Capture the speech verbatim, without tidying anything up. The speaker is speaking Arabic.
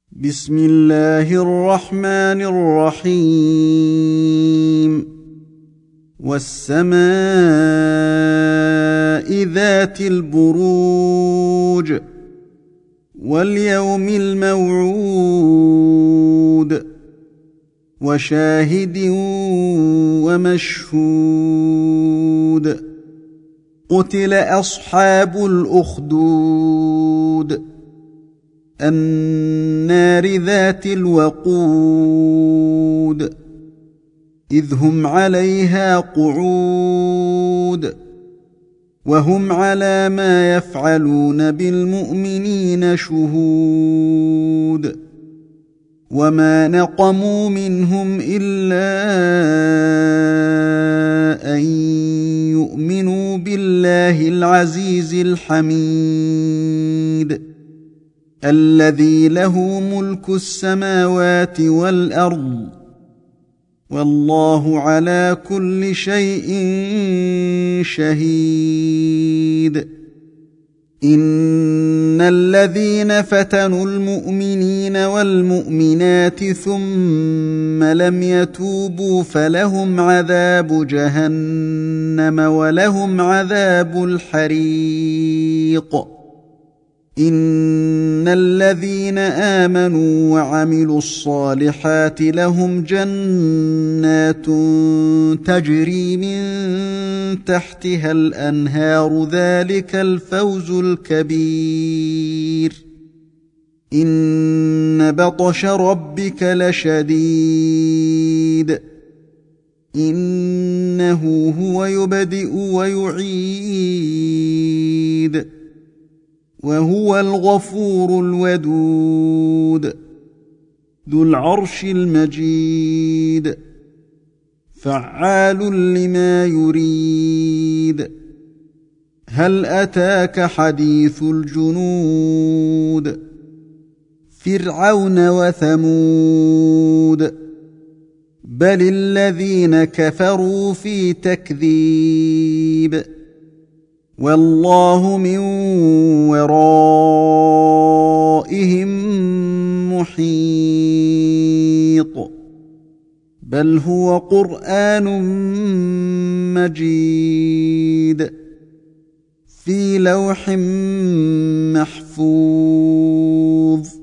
بسم الله الرحمن الرحيم والسماء ذات البروج واليوم الموعود وشاهد ومشهود قتل أصحاب الأخدود النار ذات الوقود إذ هم عليها قعود وهم على ما يفعلون بالمؤمنين شهود وما نقموا منهم إلا أن يؤمنوا بالله العزيز الحميد الذي له ملك السماوات والأرض والله على كل شيء شهيد إن الذين فتنوا المؤمنين والمؤمنات ثم لم يتوبوا فلهم عذاب جهنم ولهم عذاب الحريق إن الذين آمنوا وعملوا الصالحات لهم جنات تجري من تحتها الأنهار ذلك الفوز الكبير إن بطش ربك لشديد إنه هو يبدئ ويعيد وهو الغفور الودود ذو العرش المجيد فعال لما يريد هل أتاك حديث الجنود فرعون وثمود بل الذين كفروا في تكذيب والله من ورائهم محيط بل هو قرآن مجيد في لوح محفوظ